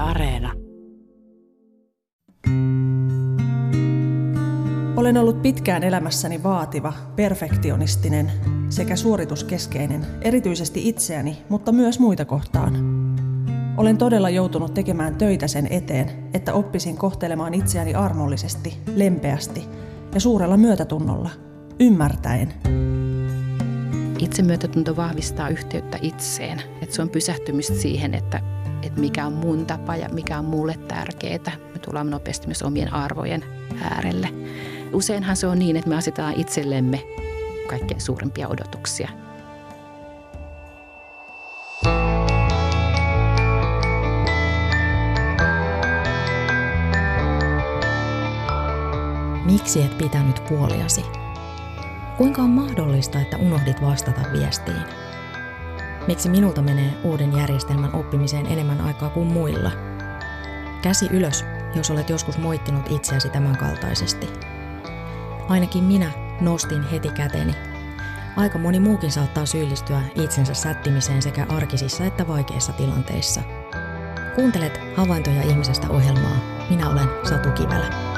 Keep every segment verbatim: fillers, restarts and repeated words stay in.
Areena. Olen ollut pitkään elämässäni vaativa, perfektionistinen sekä suorituskeskeinen, erityisesti itseäni, mutta myös muita kohtaan. Olen todella joutunut tekemään töitä sen eteen, että oppisin kohtelemaan itseäni armollisesti, lempeästi ja suurella myötätunnolla, ymmärtäen. Itsemyötätunto vahvistaa yhteyttä itseen, että se on pysähtymistä siihen, että, että mikä on mun tapa ja mikä on mulle tärkeää. Me tullaan nopeasti myös omien arvojen äärelle. Useinhan se on niin, että me asetetaan itsellemme kaikkein suurimpia odotuksia. Miksi et pitänyt puoliasi? Kuinka on mahdollista, että unohdit vastata viestiin? Miksi minulta menee uuden järjestelmän oppimiseen enemmän aikaa kuin muilla? Käsi ylös, jos olet joskus moittinut itseäsi tämän kaltaisesti. Ainakin minä nostin heti käteni. Aika moni muukin saattaa syyllistyä itsensä sättimiseen sekä arkisissa että vaikeissa tilanteissa. Kuuntelet Havaintoja ihmisestä -ohjelmaa. Minä olen Satu Kivelä.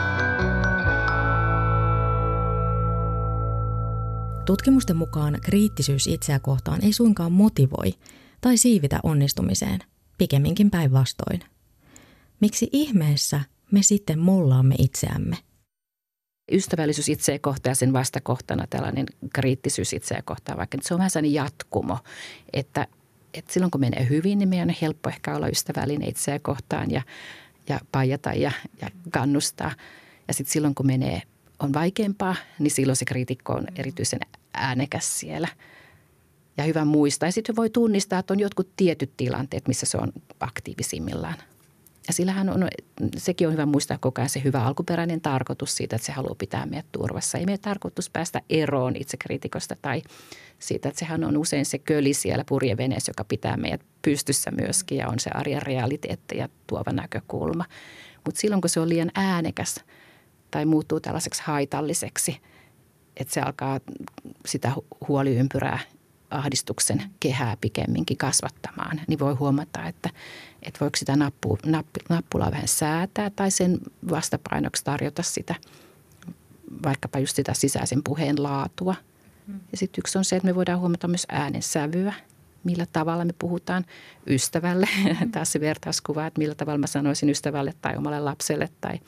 Tutkimusten mukaan kriittisyys itseä kohtaan ei suinkaan motivoi tai siivitä onnistumiseen, pikemminkin päinvastoin. Miksi ihmeessä me sitten mollaamme itseämme? Ystävällisyys itseä kohtaan ja sen vastakohtana tällainen kriittisyys itseä kohtaan, vaikka se on vähän sellainen jatkumo, että, että silloin kun menee hyvin, niin meidän on helppo ehkä olla ystävällinen itseä kohtaan ja, ja paijata ja, ja kannustaa. Ja sitten silloin kun menee on vaikeampaa, niin silloin se kriitikko on erityisen äänekäs siellä. Ja hyvä muistaa. Ja sitten voi tunnistaa, että on jotkut tietyt tilanteet, missä se on aktiivisimmillaan. Ja sillähän on, sekin on hyvä muistaa koko ajan se hyvä alkuperäinen tarkoitus siitä, että se haluaa pitää meidät turvassa. Ei meidän tarkoitus päästä eroon itsekriitikosta tai siitä, että sehän on usein se köli siellä purjeveneessä, joka pitää meidät pystyssä myöskin ja on se arjen realiteetti ja tuova näkökulma. Mutta silloin, kun se on liian äänekäs tai muuttuu tällaiseksi haitalliseksi, että se alkaa sitä huoliympyrää, ahdistuksen kehää pikemminkin kasvattamaan, niin voi huomata, että, että voiko sitä nappu, nappi, nappulaa vähän säätää tai sen vastapainoksi tarjota sitä, vaikkapa just sitä sisäisen puheen laatua. Ja sitten yksi on se, että me voidaan huomata myös äänensävyä, millä tavalla me puhutaan ystävälle. Taas se vertauskuva, että millä tavalla mä sanoisin ystävälle tai omalle lapselle tai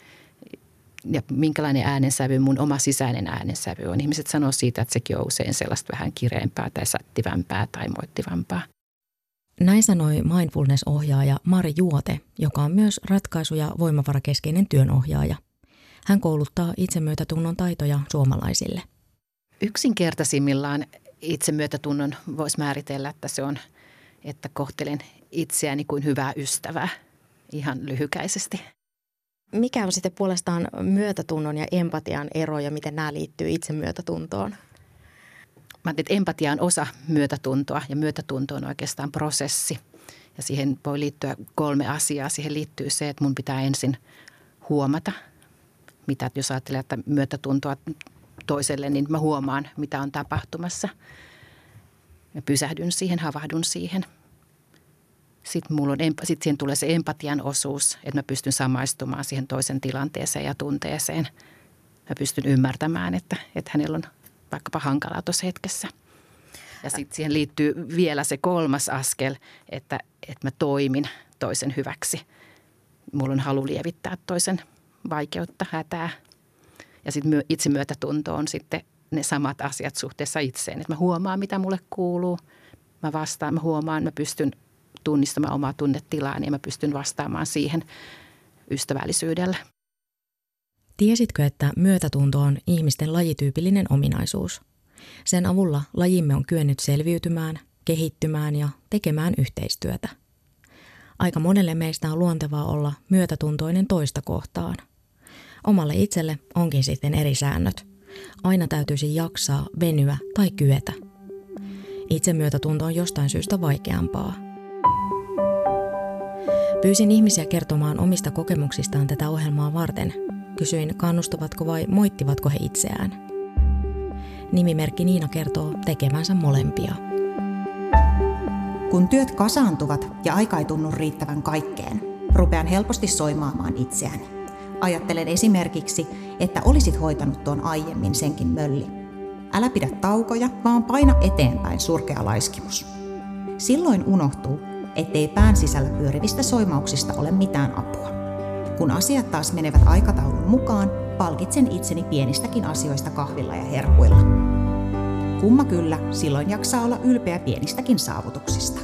ja minkälainen äänensävy, mun oma sisäinen äänensävy on. Ihmiset sanoo siitä, että sekin on usein sellaista vähän kireempää tai sättivämpää tai moittivampaa. Näin sanoi mindfulness-ohjaaja Mari Juote, joka on myös ratkaisu- ja voimavarakeskeinen työnohjaaja. Hän kouluttaa itsemyötätunnon taitoja suomalaisille. Yksinkertaisimmillaan itsemyötätunnon voisi määritellä, että se on, että kohtelen itseäni kuin hyvää ystävää ihan lyhykäisesti. Mikä on sitten puolestaan myötätunnon ja empatian ero ja miten nämä liittyy itsemyötätuntoon? Mä ajattelin, että empatia on osa myötätuntoa ja myötätunto on oikeastaan prosessi. Ja siihen voi liittyä kolme asiaa. Siihen liittyy se, että mun pitää ensin huomata, mitä jos ajattelee, että myötätuntoa toiselle, niin mä huomaan, mitä on tapahtumassa. Mä pysähdyn siihen, havahdun siihen. Sitten, mulla on, sitten siihen tulee se empatian osuus, että mä pystyn samaistumaan siihen toisen tilanteeseen ja tunteeseen. Mä pystyn ymmärtämään, että, että hänellä on vaikkapa hankalaa tuossa hetkessä. Ja sitten siihen liittyy vielä se kolmas askel, että, että mä toimin toisen hyväksi. Mulla on halu lievittää toisen vaikeutta, hätää. Ja sitten itsemyötätunto on sitten ne samat asiat suhteessa itseen. Että mä huomaan, mitä mulle kuuluu. Mä vastaan, mä huomaan, mä pystyn tunnistamaan omaa tunnetilaani ja mä pystyn vastaamaan siihen ystävällisyydellä. Tiesitkö, että myötätunto on ihmisten lajityypillinen ominaisuus? Sen avulla lajimme on kyennyt selviytymään, kehittymään ja tekemään yhteistyötä. Aika monelle meistä on luontevaa olla myötätuntoinen toista kohtaan. Omalle itselle onkin sitten eri säännöt. Aina täytyisi jaksaa, venyä tai kyetä. Itsemyötätunto on jostain syystä vaikeampaa. Pyysin ihmisiä kertomaan omista kokemuksistaan tätä ohjelmaa varten. Kysyin, kannustavatko vai moittivatko he itseään. Nimimerkki Niina kertoo tekevänsä molempia. Kun työt kasaantuvat ja aika ei tunnu riittävän kaikkeen, rupean helposti soimaamaan itseäni. Ajattelen esimerkiksi, että olisit hoitanut tuon aiemmin senkin mölli. Älä pidä taukoja, vaan paina eteenpäin, surkea laiskimus. Silloin unohtuu, ettei pään sisällä pyörivistä soimauksista ole mitään apua. Kun asiat taas menevät aikataulun mukaan, palkitsen itseni pienistäkin asioista kahvilla ja herkuilla. Kumma kyllä, silloin jaksaa olla ylpeä pienistäkin saavutuksista.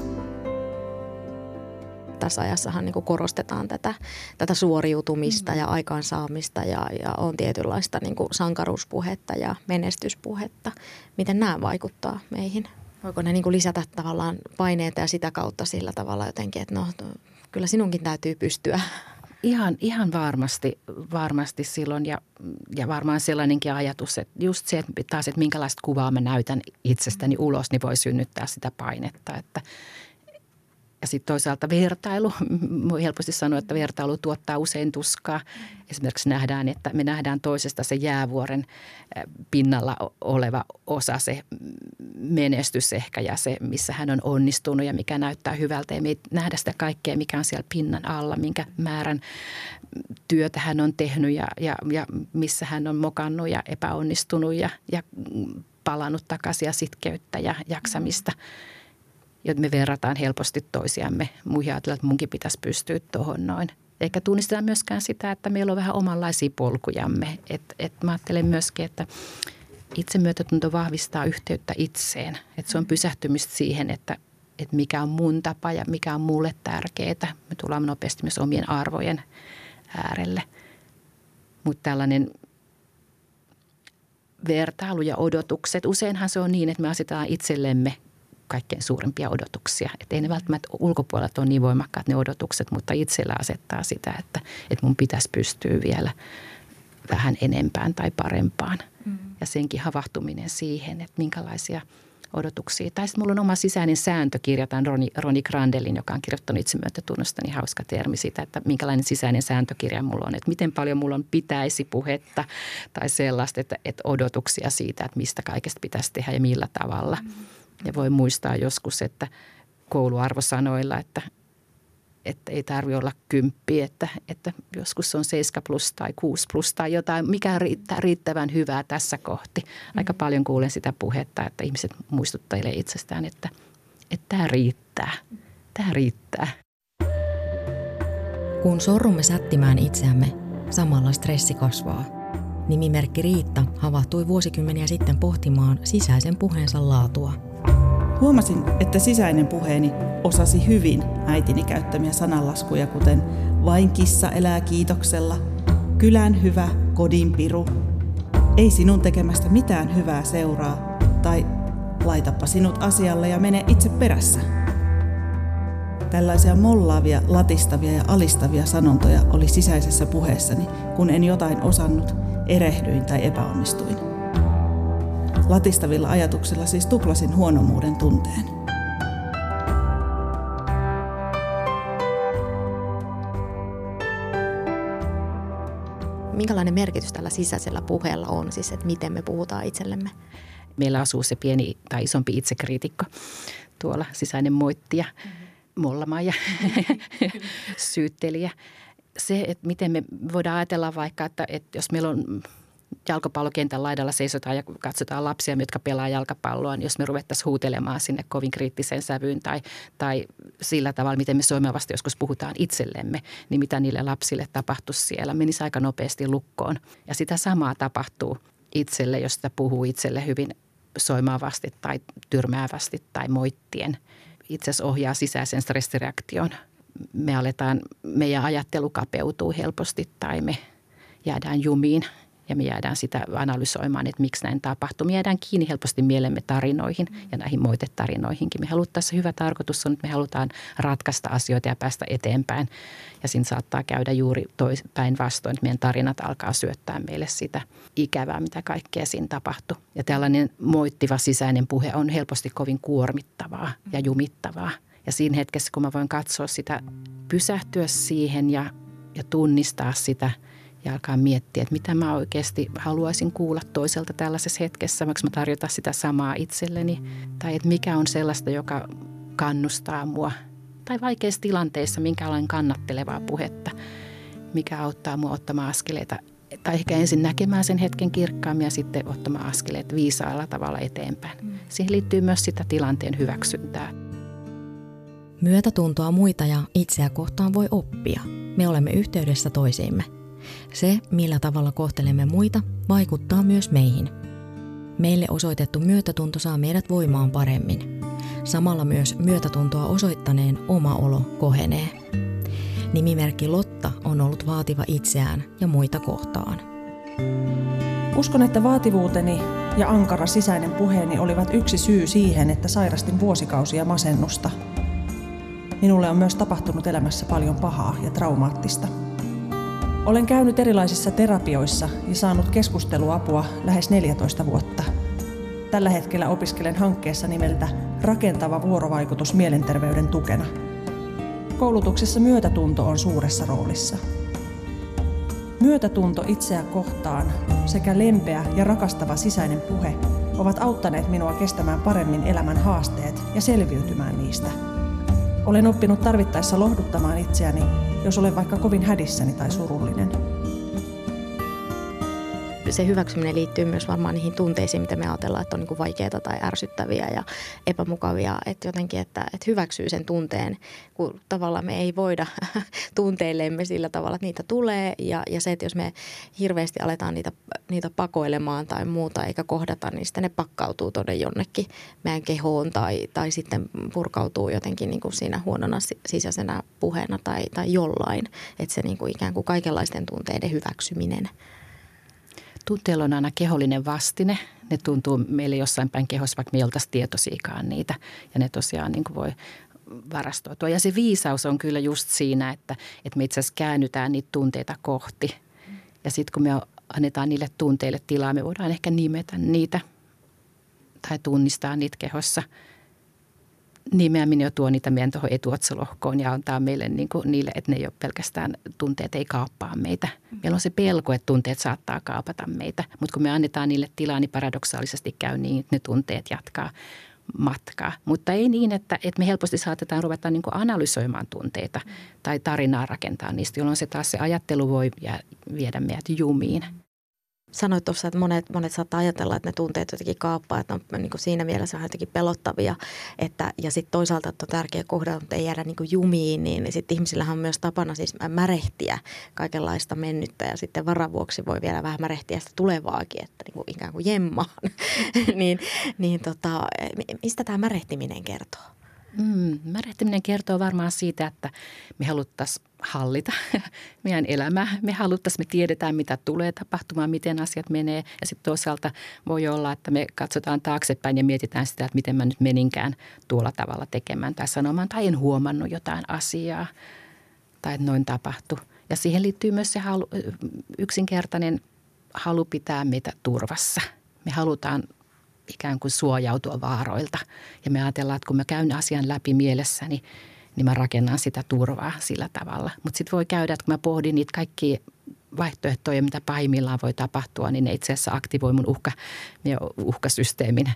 Tässä ajassahan niin kuin korostetaan tätä, tätä suoriutumista ja aikaansaamista ja, ja on tietynlaista niin kuin sankaruuspuhetta ja menestyspuhetta. Miten nämä vaikuttaa meihin? Voiko ne niin kuin lisätä tavallaan paineita ja sitä kautta sillä tavalla jotenkin, että no kyllä sinunkin täytyy pystyä? Ihan, ihan varmasti, varmasti silloin ja, ja varmaan sellainenkin ajatus, että just se, että taas, että minkälaista kuvaa mä näytän itsestäni ulos, niin voi synnyttää sitä painetta, että ja sitten toisaalta vertailu. Voi helposti sanoa, että vertailu tuottaa usein tuskaa. Esimerkiksi nähdään, että me nähdään toisesta se jäävuoren pinnalla oleva osa, se menestys ehkä ja se, missä hän on onnistunut ja mikä näyttää hyvältä. Ja me ei nähdä sitä kaikkea, mikä on siellä pinnan alla, minkä määrän työtä hän on tehnyt ja, ja, ja missä hän on mokannut ja epäonnistunut ja, ja palannut takaisin ja sitkeyttä ja jaksamista. Jotta me verrataan helposti toisiamme. Muihin ajatellaan, että munkin pitäisi pystyä tuohon noin. Eikä tunnistetaan myöskään sitä, että meillä on vähän omanlaisia polkujamme. Et, et mä ajattelen myöskin, että itsemyötätunto vahvistaa yhteyttä itseen. Että se on pysähtymistä siihen, että, että mikä on mun tapa ja mikä on mulle tärkeää. Me tullaan nopeasti myös omien arvojen äärelle. Mutta tällainen vertailu ja odotukset. Useinhan se on niin, että me asetetaan itsellemme kaikkein suurimpia odotuksia. Että ei ne välttämättä ulkopuolelta ole niin voimakkaat ne odotukset, mutta itsellä asettaa sitä, että, että mun pitäisi pystyä vielä vähän enempään tai parempaan. Mm. Ja senkin havahtuminen siihen, että minkälaisia odotuksia. Tai sitten mulla on oma sisäinen sääntökirja, tämän Roni, Roni Grandelin, joka on kirjoittanut itsemyötätunnosta, niin hauska termi siitä, että minkälainen sisäinen sääntökirja mulla on. Että miten paljon mulla on pitäisi puhetta tai sellaista, että, että odotuksia siitä, että mistä kaikesta pitäisi tehdä ja millä tavalla. Mm. Ja voi muistaa joskus, että kouluarvosanoilla, että, että ei tarvitse olla kymppi, että, että joskus on seitsemän plus tai kuusi plus tai jotain, mikä riittää riittävän hyvää tässä kohti. Aika paljon kuulen sitä puhetta, että ihmiset muistuttailee itsestään, että, että tämä riittää, tämä riittää. Kun sorrumme sättimään itseämme, samalla stressi kasvaa. Nimimerkki Riitta havahtui vuosikymmeniä sitten pohtimaan sisäisen puheensa laatua. Huomasin, että sisäinen puheeni osasi hyvin äitini käyttämiä sananlaskuja, kuten vain kissa elää kiitoksella, kylän hyvä, kodin piru, ei sinun tekemästä mitään hyvää seuraa, tai laitapa sinut asialle ja mene itse perässä. Tällaisia mollaavia, latistavia ja alistavia sanontoja oli sisäisessä puheessani, kun en jotain osannut, erehdyin tai epäonnistuin. Latistavilla ajatuksilla siis tuplasin huonomuuden tunteen. Minkälainen merkitys tällä sisäisellä puheella on, siis että miten me puhutaan itsellemme? Meillä asuu se pieni tai isompi itsekriitikko, tuolla sisäinen moittija, mollamaaja, syyttelijä. Se, että miten me voidaan ajatella vaikka, että, että jos meillä on jalkapallokentän laidalla seisotaan ja katsotaan lapsia, jotka pelaa jalkapalloa, niin jos me ruvettaisiin huutelemaan sinne kovin kriittiseen sävyyn tai, tai sillä tavalla, miten me soimavasti joskus puhutaan itsellemme, niin mitä niille lapsille tapahtuisi siellä, menisi aika nopeasti lukkoon. Ja sitä samaa tapahtuu itselle, jos sitä puhuu itselle hyvin soimaavasti tai tyrmäävästi tai moittien. Itse asiassa ohjaa sisäisen stressireaktion. Me aletaan, meidän ajattelu kapeutuu helposti tai me jäädään jumiin. Ja me jäädään sitä analysoimaan, että miksi näin tapahtuu. Me jäädään kiinni helposti mielemme tarinoihin ja näihin moitetarinoihinkin. Me haluttaisiin, hyvä tarkoitus on, että me halutaan ratkaista asioita ja päästä eteenpäin. Ja siinä saattaa käydä juuri päinvastoin, että meidän tarinat alkaa syöttää meille sitä ikävää, mitä kaikkea siinä tapahtuu. Ja tällainen moittiva sisäinen puhe on helposti kovin kuormittavaa ja jumittavaa. Ja siinä hetkessä, kun mä voin katsoa sitä, pysähtyä siihen ja, ja tunnistaa sitä, ja alkaa miettiä, että mitä mä oikeasti haluaisin kuulla toiselta tällaisessa hetkessä. Voinko mä tarjota sitä samaa itselleni? Tai että mikä on sellaista, joka kannustaa mua tai vaikeissa tilanteissa minkälainen kannattelevaa puhetta, mikä auttaa mua ottamaan askeleita. Tai ehkä ensin näkemään sen hetken kirkkaammin ja sitten ottamaan askeleet viisaalla tavalla eteenpäin. Mm. Siihen liittyy myös sitä tilanteen hyväksyntää. Myötätuntoa muita ja itseä kohtaan voi oppia. Me olemme yhteydessä toisiimme. Se, millä tavalla kohtelemme muita, vaikuttaa myös meihin. Meille osoitettu myötätunto saa meidät voimaan paremmin. Samalla myös myötätuntoa osoittaneen oma olo kohenee. Nimimerkki Lotta on ollut vaativa itseään ja muita kohtaan. Uskon, että vaativuuteni ja ankara sisäinen puheeni olivat yksi syy siihen, että sairastin vuosikausia masennusta. Minulle on myös tapahtunut elämässä paljon pahaa ja traumaattista. Olen käynyt erilaisissa terapioissa ja saanut keskusteluapua lähes neljätoista vuotta. Tällä hetkellä opiskelen hankkeessa nimeltä Rakentava vuorovaikutus mielenterveyden tukena. Koulutuksessa myötätunto on suuressa roolissa. Myötätunto itseä kohtaan sekä lempeä ja rakastava sisäinen puhe ovat auttaneet minua kestämään paremmin elämän haasteet ja selviytymään niistä. Olen oppinut tarvittaessa lohduttamaan itseäni, jos olen vaikka kovin hädissäni tai surullinen. Se hyväksyminen liittyy myös varmaan niihin tunteisiin, mitä me ajatellaan, että on niin kuin vaikeita tai ärsyttäviä ja epämukavia. Että jotenkin, että, että hyväksyy sen tunteen, kun tavallaan me ei voida tunteillemme sillä tavalla, että niitä tulee. Ja, ja se, että jos me hirveästi aletaan niitä, niitä pakoilemaan tai muuta eikä kohdata, niin sitten ne pakkautuu tuonne jonnekin meidän kehoon tai, tai sitten purkautuu jotenkin niin kuin siinä huonona sisäisenä puheena tai, tai jollain. Että se niin kuin ikään kuin kaikenlaisten tunteiden hyväksyminen. Tunteilla on aina kehollinen vastine. Ne tuntuu meille jossain päin kehossa, vaikka me ei oltaisi tietoisiakaan niitä. Ja ne tosiaan niin kuin voi varastoitua. Ja se viisaus on kyllä just siinä, että, että me itse asiassa käännytään niitä tunteita kohti. Ja sitten kun me annetaan niille tunteille tilaa, me voidaan ehkä nimetä niitä tai tunnistaa niitä kehossa. Nimeäminen jo tuo niitä meidän tuohon etuotsalohkoon ja antaa meille niin kuin niille, että ne ei ole pelkästään tunteet, ei kaappaa meitä. Meillä on se pelko, että tunteet saattaa kaapata meitä, mutta kun me annetaan niille tilaa, niin paradoksaalisesti käy niin, että ne tunteet jatkaa matkaa. Mutta ei niin, että, että me helposti saatetaan ruveta niin kuin analysoimaan tunteita tai tarinaa rakentaa niistä, jolloin se taas se ajattelu voi viedä meidät jumiin. Sanoit tuossa, että monet, monet saattaa ajatella, että ne tunteet jotenkin kaappaa, että on niin kuin siinä mielessä vähän jotenkin pelottavia. Että, ja sitten toisaalta, että on tärkeä kohdata, mutta ei jäädä niin kuin jumiin, niin sitten ihmisillähän on myös tapana siis märehtiä kaikenlaista mennyttä. Ja sitten varavuoksi voi vielä vähän märehtiä sitä tulevaakin, että niin kuin ikään kuin jemmaan. niin, niin tota, mistä tämä märehtiminen kertoo? Mm, märehtiminen kertoo varmaan siitä, että me haluttaisiin hallita meidän elämää. Me haluttaisiin, me tiedetään, mitä tulee tapahtumaan, miten asiat menee. Ja sitten toisaalta voi olla, että me katsotaan taaksepäin ja mietitään sitä, että miten mä nyt meninkään tuolla tavalla tekemään tai sanomaan. Tai en huomannut jotain asiaa tai että noin tapahtui. Ja siihen liittyy myös se halu, yksinkertainen halu pitää meitä turvassa. Me halutaan ikään kuin suojautua vaaroilta. Ja me ajatellaan, että kun mä käyn asian läpi mielessäni, niin mä rakennan sitä turvaa sillä tavalla. Mutta sitten voi käydä, että kun mä pohdin niitä kaikkia vaihtoehtoja, mitä pahimmillaan voi tapahtua, niin ne itse asiassa aktivoi mun uhka, uhkasysteemin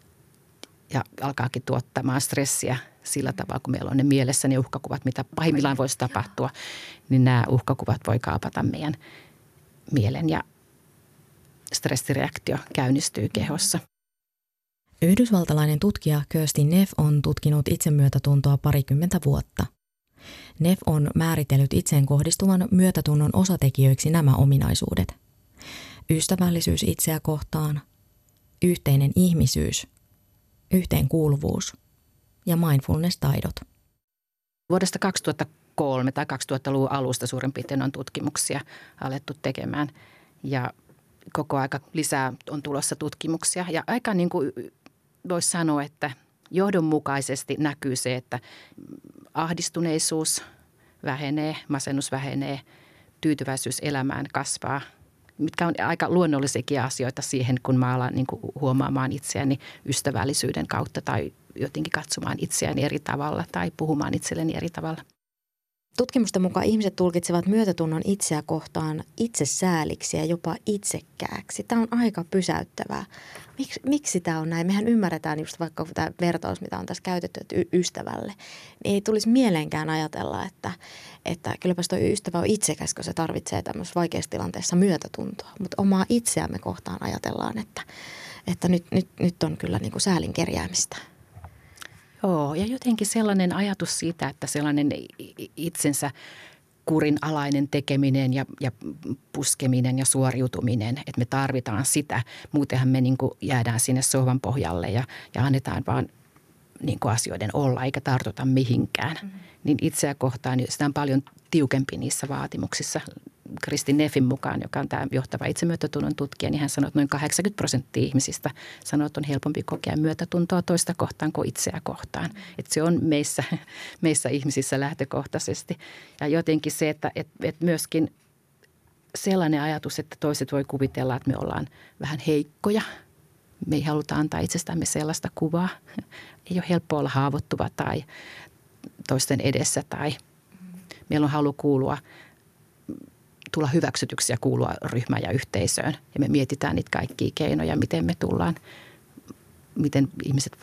ja alkaakin tuottamaan stressiä sillä tavalla, kun meillä on ne mielessä ne uhkakuvat, mitä pahimmillaan voisi tapahtua, niin nämä uhkakuvat voi kaapata meidän mielen ja stressireaktio käynnistyy kehossa. Yhdysvaltalainen tutkija Kirsty Neff on tutkinut itsemyötätuntoa parikymmentä vuotta. Neff on määritellyt itseen kohdistuvan myötätunnon osatekijöiksi nämä ominaisuudet. Ystävällisyys itseä kohtaan, yhteinen ihmisyys, yhteenkuuluvuus ja mindfulness-taidot. Vuodesta kaksituhattakolme tai kaksituhattaluvun alusta suurin piirtein on tutkimuksia alettu tekemään ja koko aika lisää on tulossa tutkimuksia ja aika niin kuin voisi sanoa, että johdonmukaisesti näkyy se, että ahdistuneisuus vähenee, masennus vähenee, tyytyväisyys elämään kasvaa, mitkä on aika luonnollisiakin asioita siihen, kun mä alan niin kuin huomaamaan itseäni ystävällisyyden kautta tai jotenkin katsomaan itseäni eri tavalla tai puhumaan itselleni eri tavalla. Tutkimusten mukaan ihmiset tulkitsevat myötätunnon itseä kohtaan itsesääliksi ja jopa itsekkääksi. Tämä on aika pysäyttävää. Miks, miksi tämä on näin? Mehän ymmärretään just vaikka tämä vertaus, mitä on tässä käytetty, että y- ystävälle. Niin ei tulisi mieleenkään ajatella, että, että kylläpäs tuo ystävä on itsekäs, kun se tarvitsee tämmöisessä vaikeassa tilanteessa myötätuntoa. Mutta omaa itseämme kohtaan ajatellaan, että, että nyt, nyt, nyt on kyllä niin kuin säälin kerjäämistä. Joo, ja jotenkin sellainen ajatus siitä, että sellainen itsensä kurinalainen tekeminen ja, ja puskeminen ja suoriutuminen, että me tarvitaan sitä. Muutenhan me niin kuin jäädään sinne sohvan pohjalle ja, ja annetaan vaan niin kuin asioiden olla eikä tartuta mihinkään. Mm-hmm. Niin itseä kohtaan niin sitä on paljon tiukempi niissä vaatimuksissa. Kristin Neffin mukaan, joka on tämä johtava itsemyötätunnon tutkija, niin hän sanoi, että noin kahdeksankymmentä prosenttia ihmisistä sanoo, että on helpompi kokea myötätuntoa toista kohtaan kuin itseä kohtaan. Että se on meissä, meissä ihmisissä lähtökohtaisesti. Ja jotenkin se, että, että, että myöskin sellainen ajatus, että toiset voi kuvitella, että me ollaan vähän heikkoja. Me ei haluta antaa itsestämme sellaista kuvaa. Ei ole helppo olla haavoittuva tai toisten edessä tai meillä on halu kuulua tulla hyväksytyksi ja kuulua ryhmään ja yhteisöön. Ja me mietitään niitä kaikkia keinoja, miten me tullaan, miten ihmiset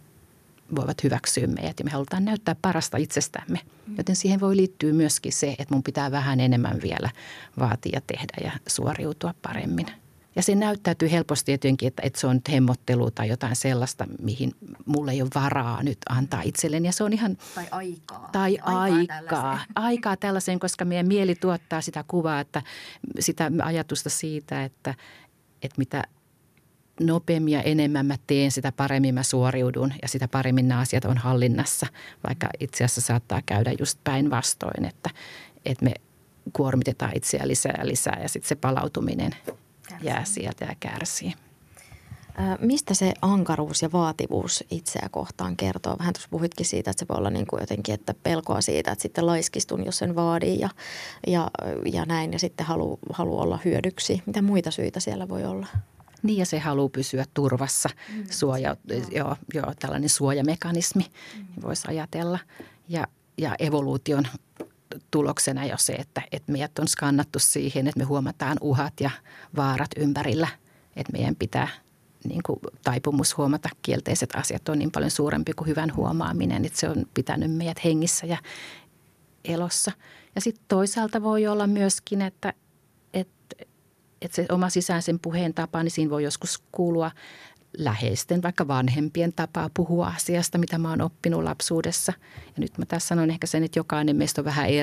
voivat hyväksyä meidät. Ja me halutaan näyttää parasta itsestämme. Joten siihen voi liittyä myöskin se, että mun pitää vähän enemmän vielä vaatia ja tehdä ja suoriutua paremmin. Ja se näyttäytyy helposti jotenkin, että, että se on nyt hemmottelua tai jotain sellaista, mihin mulle ei ole varaa nyt antaa itselleni. Ja se on ihan... Tai aikaa. Tai aikaa. Aikaa Tällaiseen. aikaa tällaiseen, koska meidän mieli tuottaa sitä kuvaa, että sitä ajatusta siitä, että, että mitä nopeammin ja enemmän mä teen, sitä paremmin mä suoriudun ja sitä paremmin nämä asiat on hallinnassa. Vaikka itse asiassa saattaa käydä just päinvastoin, että, että me kuormitetaan itseä lisää ja lisää ja sitten se palautuminen kärsii. Jää sieltä ja kärsii. Mistä se ankaruus ja vaativuus itseä kohtaan kertoo? Vähän tuossa puhuitkin siitä, että se voi olla niin kuin jotenkin, että pelkoa siitä, että sitten laiskistun, jos sen vaadin ja, ja, ja näin ja sitten haluaa halu olla hyödyksi. Mitä muita syitä siellä voi olla? Niin ja se haluaa pysyä turvassa, mm. Suoja, joo, joo, tällainen suojamekanismi mm. voisi ajatella ja, ja evoluution tuloksena jo se, että, että meidät on skannattu siihen, että me huomataan uhat ja vaarat ympärillä, että meidän pitää niin kuin taipumus huomata kielteiset asiat on niin paljon suurempi kuin hyvän huomaaminen, että se on pitänyt meidät hengissä ja elossa. Ja sitten toisaalta voi olla myöskin, että, että, että se oma sisäisen puheen tapa, niin siinä voi joskus kuulua läheisten, vaikka vanhempien tapaa puhua asiasta, mitä mä oon oppinut lapsuudessa. Ja nyt mä tässä sanon ehkä sen, että jokainen meistä on vähän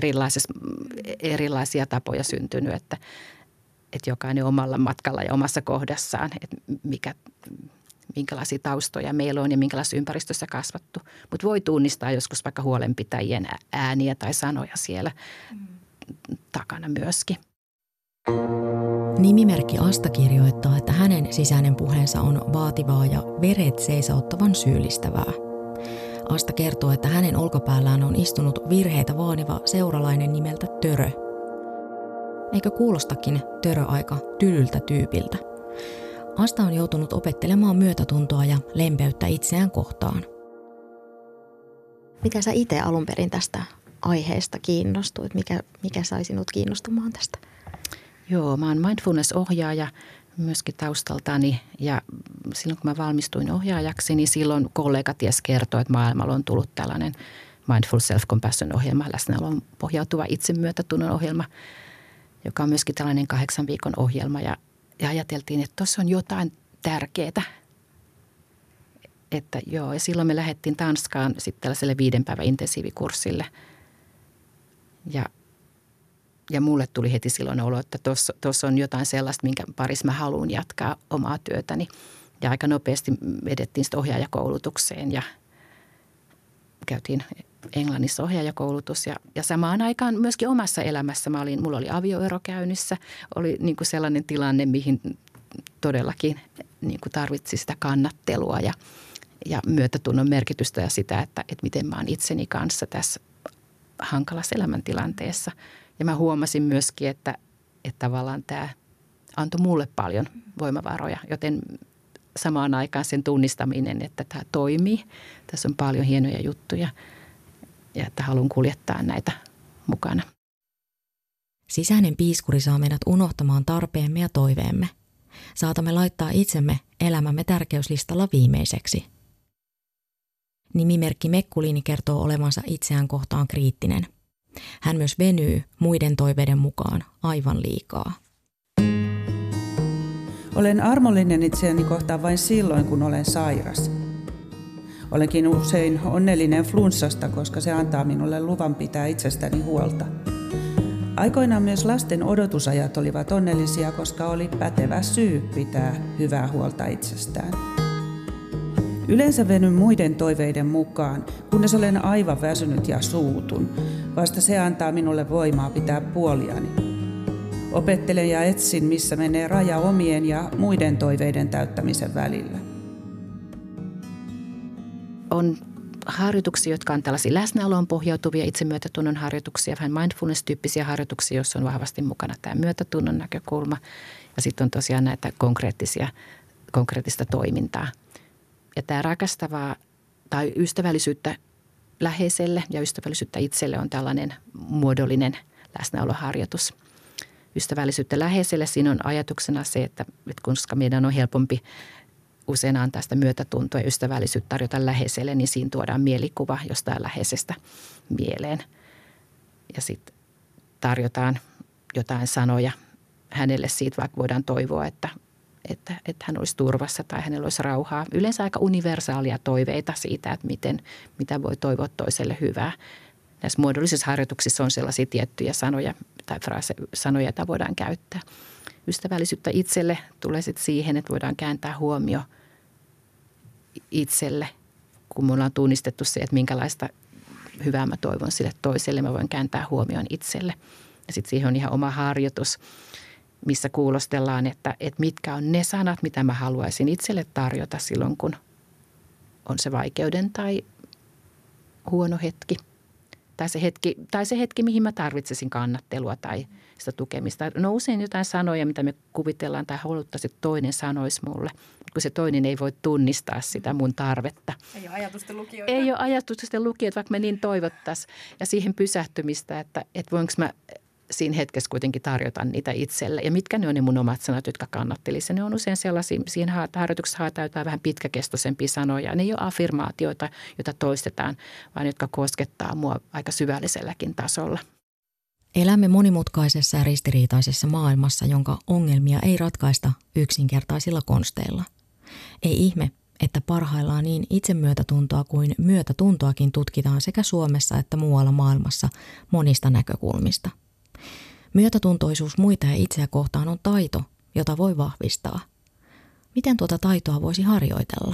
erilaisia tapoja syntynyt, että, että jokainen omalla matkalla ja omassa kohdassaan, että mikä, minkälaisia taustoja meillä on ja minkälaisessa ympäristössä kasvattu. Mutta voi tunnistaa joskus vaikka huolenpitäjien ääniä tai sanoja siellä mm. takana myöskin. Nimimerkki Asta kirjoittaa, että hänen sisäinen puheensa on vaativaa ja veret seisauttavan syyllistävää. Asta kertoo, että hänen olkapäällään on istunut virheitä vaaniva seuralainen nimeltä Törö. Eikö kuulostakin Törö aika tylyltä tyypiltä? Asta on joutunut opettelemaan myötätuntoa ja lempeyttä itseään kohtaan. Mitä sä itse alun perin tästä aiheesta kiinnostuit? Mikä, mikä sai sinut kiinnostumaan tästä? Joo, mä oon mindfulness-ohjaaja myöskin taustaltani ja silloin kun mä valmistuin ohjaajaksi, niin silloin kollega ties kertoi, että maailmalla on tullut tällainen Mindful Self-Compassion-ohjelma, läsnäolon pohjautuva itsemyötätunnon ohjelma, joka on myöskin tällainen kahdeksan viikon ohjelma ja, ja ajateltiin, että tuossa on jotain tärkeää. Että joo, ja silloin me lähdettiin Tanskaan sitten tällaiselle viiden päivän intensiivikurssille ja Ja mulle tuli heti silloin olo, että tuossa on jotain sellaista, minkä parissa mä haluan jatkaa omaa työtäni. Ja aika nopeasti edettiin sitten ohjaajakoulutukseen ja käytiin Englannissa ohjaajakoulutus. Ja, ja samaan aikaan myöskin omassa elämässä mä olin, mulla oli avioero käynnissä. Oli niin kuin sellainen tilanne, mihin todellakin niin kuin tarvitsi sitä kannattelua ja, ja myötätunnon merkitystä ja sitä, että, että miten mä oon itseni kanssa tässä hankalassa elämäntilanteessa. Ja mä huomasin myöskin, että, että tavallaan tämä antoi mulle paljon voimavaroja, joten samaan aikaan sen tunnistaminen, että tämä toimii. Tässä on paljon hienoja juttuja ja että haluan kuljettaa näitä mukana. Sisäinen piiskuri saa meidät unohtamaan tarpeemme ja toiveemme. Saatamme laittaa itsemme elämämme tärkeyslistalla viimeiseksi. Nimimerkki Mekkuliini kertoo olevansa itseään kohtaan kriittinen. Hän myös venyy muiden toiveiden mukaan aivan liikaa. Olen armollinen itseäni kohtaan vain silloin, kun olen sairas. Olenkin usein onnellinen flunssasta, koska se antaa minulle luvan pitää itsestäni huolta. Aikoinaan myös lasten odotusajat olivat onnellisia, koska oli pätevä syy pitää hyvää huolta itsestään. Yleensä venyn muiden toiveiden mukaan, kunnes olen aivan väsynyt ja suutun. Vasta se antaa minulle voimaa pitää puoliani. Opettelen ja etsin, missä menee raja omien ja muiden toiveiden täyttämisen välillä. On harjoituksia, jotka on tällaisia läsnäoloon pohjautuvia itsemyötätunnon harjoituksia, vähän mindfulness-tyyppisiä harjoituksia, joissa on vahvasti mukana tämä myötätunnon näkökulma. Ja sitten on tosiaan näitä konkreettisia, konkreettista toimintaa. Ja tämä rakastavaa tai ystävällisyyttä läheiselle ja ystävällisyyttä itselle on tällainen muodollinen läsnäoloharjoitus. Ystävällisyyttä läheiselle siinä on ajatuksena se, että, että koska meidän on helpompi usein antaa sitä myötätuntoa ja ystävällisyyttä tarjota läheiselle, niin siinä tuodaan mielikuva jostain läheisestä mieleen. Ja sitten tarjotaan jotain sanoja hänelle siitä, vaikka voidaan toivoa, että, että, että hän olisi turvassa tai hänellä olisi rauhaa. Yleensä aika universaalia toiveita siitä, että miten, mitä voi toivoa toiselle hyvää. Näissä muodollisissa harjoituksissa on sellaisia tiettyjä sanoja tai fraase, sanoja, joita voidaan käyttää. Ystävällisyyttä itselle tulee sitten siihen, että voidaan kääntää huomio itselle, kun me ollaan tunnistettu se, että minkälaista hyvää mä toivon sille toiselle, mä voin kääntää huomioon itselle. Ja sitten siihen on ihan oma harjoitus, missä kuulostellaan, että, että mitkä on ne sanat, mitä mä haluaisin itselle tarjota silloin, kun on se vaikeuden tai huono hetki. Tai se hetki, tai se hetki, mihin mä tarvitsisin kannattelua tai sitä tukemista. No usein jotain sanoja, mitä me kuvitellaan tai haluttaisiin, että toinen sanoisi mulle, kun se toinen ei voi tunnistaa sitä mun tarvetta. Ei ole ajatusten lukijoita. Ei ole ajatusten lukijoita, vaikka me niin toivottaisiin. Ja siihen pysähtymistä, että, että voinko mä siinä hetkessä kuitenkin tarjota niitä itselle. Ja mitkä ne on ne mun omat sanat, jotka kannattelisivat. Ne on usein sellaisia, siinä harjoituksessa haetaan jotain vähän pitkäkestoisempia sanoja. Ne ei ole affirmaatioita, joita toistetaan, vaan jotka koskettaa mua aika syvälliselläkin tasolla. Elämme monimutkaisessa ja ristiriitaisessa maailmassa, jonka ongelmia ei ratkaista yksinkertaisilla konsteilla. Ei ihme, että parhaillaan niin itsemyötätuntoa kuin myötätuntoakin tutkitaan sekä Suomessa että muualla maailmassa monista näkökulmista. Myötätuntoisuus muita ja itseä kohtaan on taito, jota voi vahvistaa. Miten tuota taitoa voisi harjoitella?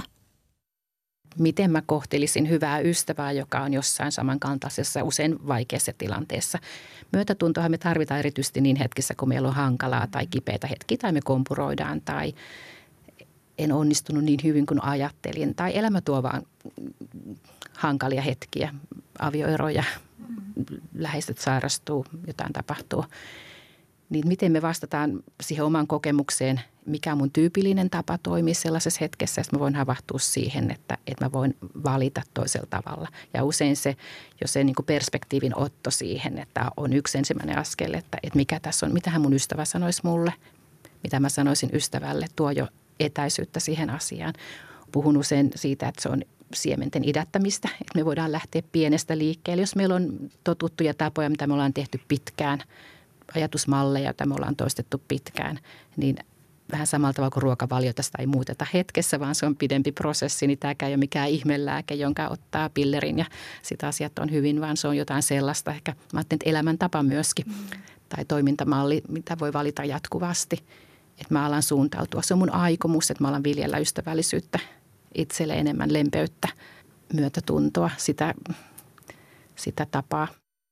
Miten mä kohtelisin hyvää ystävää, joka on jossain samankaltaisessa, usein vaikeassa tilanteessa. Myötätuntoa me tarvitaan erityisesti niin hetkissä, kun meillä on hankalaa tai kipeitä hetkiä, tai me kompuroidaan, tai en onnistunut niin hyvin kuin ajattelin, tai elämä tuo vaan hankalia hetkiä, avioeroja, läheiset sairastuu, jotain tapahtuu. Niin miten me vastataan siihen omaan kokemukseen, mikä on mun tyypillinen tapa toimia sellaisessa hetkessä, että mä voin havahtua siihen, että, että mä voin valita toisella tavalla. Ja usein se, jos se niin kuin perspektiivin otto siihen, että on yksi ensimmäinen askel, että, että mikä tässä on, mitähän mun ystävä sanoisi mulle, mitä mä sanoisin ystävälle, tuo jo etäisyyttä siihen asiaan. Puhun usein siitä, että se on siementen idättämistä, että me voidaan lähteä pienestä liikkeelle. Jos meillä on totuttuja tapoja, mitä me ollaan tehty pitkään, ajatusmalleja, joita me ollaan toistettu pitkään, niin vähän samalla tavalla kuin ruokavaliota sitä ei muuteta hetkessä, vaan se on pidempi prosessi, niin tämäkään ei ole mikään ihmelääke, jonka ottaa pillerin ja sitä asiat on hyvin, vaan se on jotain sellaista. Ehkä mä ajattelin, että elämäntapa myöskin mm. tai toimintamalli, mitä voi valita jatkuvasti, että mä alan suuntautua. Se on mun aikomus, että mä alan viljellä ystävällisyyttä, itselle enemmän lempeyttä, myötätuntoa, sitä, sitä tapaa.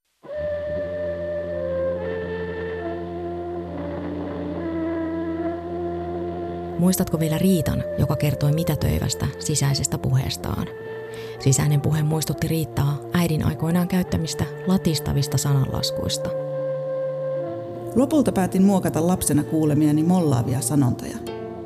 Muistatko vielä Riitan, joka kertoi mitätöivästä sisäisestä puheestaan? Sisäinen puhe muistutti Riittaa äidin aikoinaan käyttämistä latistavista sananlaskuista. Lopulta päätin muokata lapsena kuulemiani mollaavia sanontoja.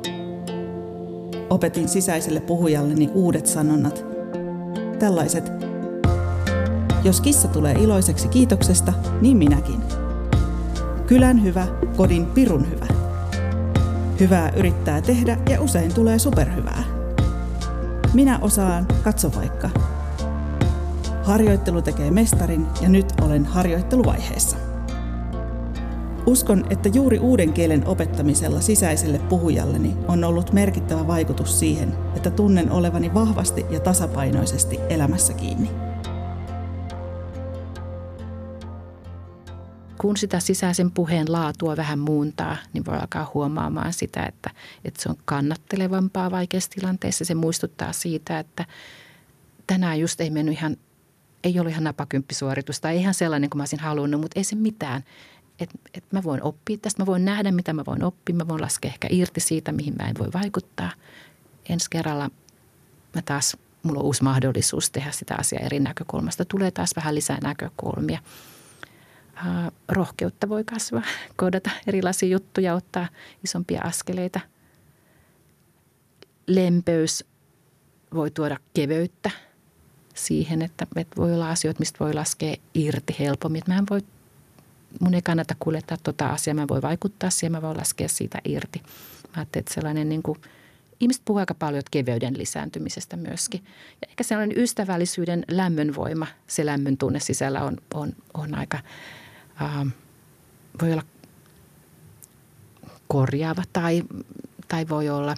Opetin sisäiselle puhujalleni uudet sanonnat. Tällaiset Jos kissa tulee iloiseksi kiitoksesta, niin minäkin. Kylän hyvä, kodin pirun hyvä. Hyvää yrittää tehdä ja usein tulee superhyvää. Minä osaan, katso vaikka. Harjoittelu tekee mestarin ja nyt olen harjoitteluvaiheessa. Uskon, että juuri uuden kielen opettamisella sisäiselle puhujalleni on ollut merkittävä vaikutus siihen, että tunnen olevani vahvasti ja tasapainoisesti elämässä kiinni. Kun sitä sisäisen puheen laatua vähän muuntaa, niin voi alkaa huomaamaan sitä, että, että se on kannattelevampaa vaikeassa tilanteessa. Se muistuttaa siitä, että tänään just ei mennyt ihan, ei ollut ihan napakymppisuoritus tai ihan sellainen kuin mä olisin halunnut, mutta ei se mitään. Että et mä voin oppia tästä, mä voin nähdä mitä mä voin oppia, mä voin laskea ehkä irti siitä, mihin mä en voi vaikuttaa. Ensi kerralla mä taas, mulla on uusi mahdollisuus tehdä sitä asiaa eri näkökulmasta. Tulee taas vähän lisää näkökulmia. Uh, rohkeutta voi kasvaa, koodata erilaisia juttuja, ottaa isompia askeleita. Lempeys voi tuoda keveyttä siihen, että, että voi olla asioita, mistä voi laskea irti helpommin. Mä en voi, mun ei kannata kuljettaa tota asiaa, mä voin vaikuttaa siihen, mä voin laskea siitä irti. Mä ajattelin, että sellainen niin kuin, ihmiset puhuu aika paljon keveyden lisääntymisestä myöskin. Ja ehkä sellainen ystävällisyyden lämmönvoima, se lämmön tunne sisällä on, on, on aika... Uh, voi olla korjaava tai, tai voi olla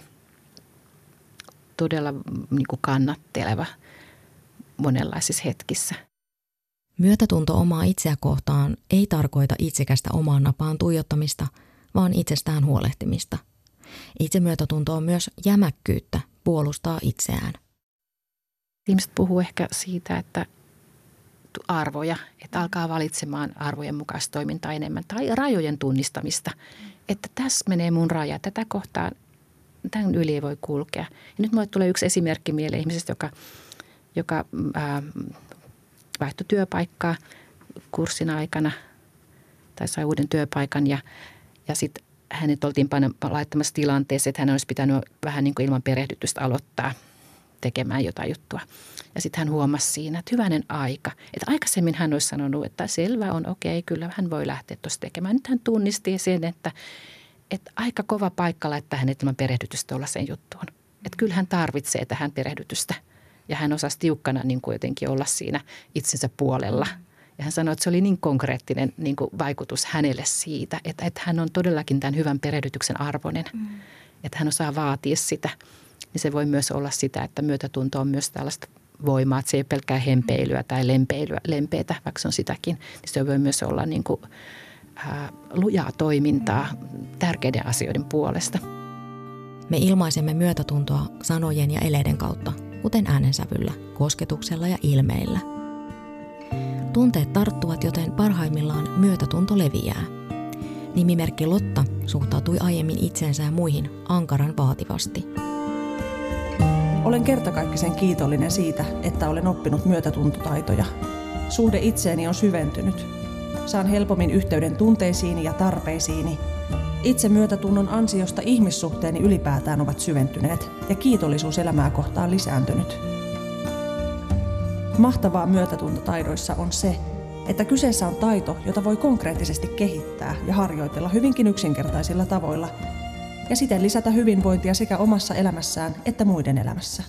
todella niin kuin kannatteleva monenlaisissa hetkissä. Myötätunto omaa itseä kohtaan ei tarkoita itsekästä omaan napaan tuijottamista, vaan itsestään huolehtimista. Itsemyötätunto on myös jämäkkyyttä puolustaa itseään. Ihmiset puhuu ehkä siitä, että arvoja, että alkaa valitsemaan arvojen mukaista toimintaa enemmän tai rajojen tunnistamista, että tässä menee mun raja, tätä kohtaa, tämän yli ei voi kulkea. Ja nyt mulle tulee yksi esimerkki mieleen ihmisestä, joka, joka ää, vaihtoi työpaikkaa kurssin aikana tai sai uuden työpaikan ja, ja sitten hänet oltiin laittamassa tilanteeseen, että hän olisi pitänyt vähän niin kuin ilman perehdytystä aloittaa tekemään jotain juttua. Ja sitten hän huomasi siinä, että hyvänen aika. Että aikaisemmin hän olisi sanonut, että selvä on, okei, kyllä hän voi lähteä tuossa tekemään. Nyt hän tunnisti sen, että, että aika kova paikka laittaa hänet ilman perehdytystä olla sen juttuun. Että kyllä hän tarvitsee tähän perehdytystä. Ja hän osasi tiukkana niin kuin jotenkin olla siinä itsensä puolella. Ja hän sanoi, että se oli niin konkreettinen niin kuin vaikutus hänelle siitä, että, että hän on todellakin tämän hyvän perehdytyksen arvoinen. Mm. Että hän osaa vaatia sitä. Niin se voi myös olla sitä, että myötätunto on myös tällaista voimaa, että se ei ole pelkkää hempeilyä tai lempeilyä, lempeitä, vaikka se on sitäkin. Niin se voi myös olla niin kuin, äh, lujaa toimintaa tärkeiden asioiden puolesta. Me ilmaisemme myötätuntoa sanojen ja eleiden kautta, kuten äänensävyllä, kosketuksella ja ilmeillä. Tunteet tarttuvat, joten parhaimmillaan myötätunto leviää. Nimimerkki Lotta suhtautui aiemmin itseensä ja muihin ankaran vaativasti. Olen kertakaikkisen kiitollinen siitä, että olen oppinut myötätuntotaitoja. Suhde itseeni on syventynyt. Saan helpommin yhteyden tunteisiini ja tarpeisiini. Itse myötätunnon ansiosta ihmissuhteeni ylipäätään ovat syventyneet ja kiitollisuus elämää kohtaan lisääntynyt. Mahtavaa myötätuntotaidoissa on se, että kyseessä on taito, jota voi konkreettisesti kehittää ja harjoitella hyvinkin yksinkertaisilla tavoilla ja siten lisätä hyvinvointia sekä omassa elämässään että muiden elämässä.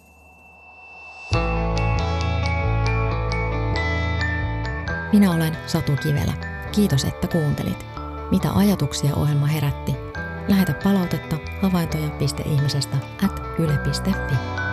Minä olen Satu Kivelä. Kiitos, että kuuntelit. Mitä ajatuksia ohjelma herätti? Lähetä palautetta havaintoja piste ihmisestä at yle piste fi.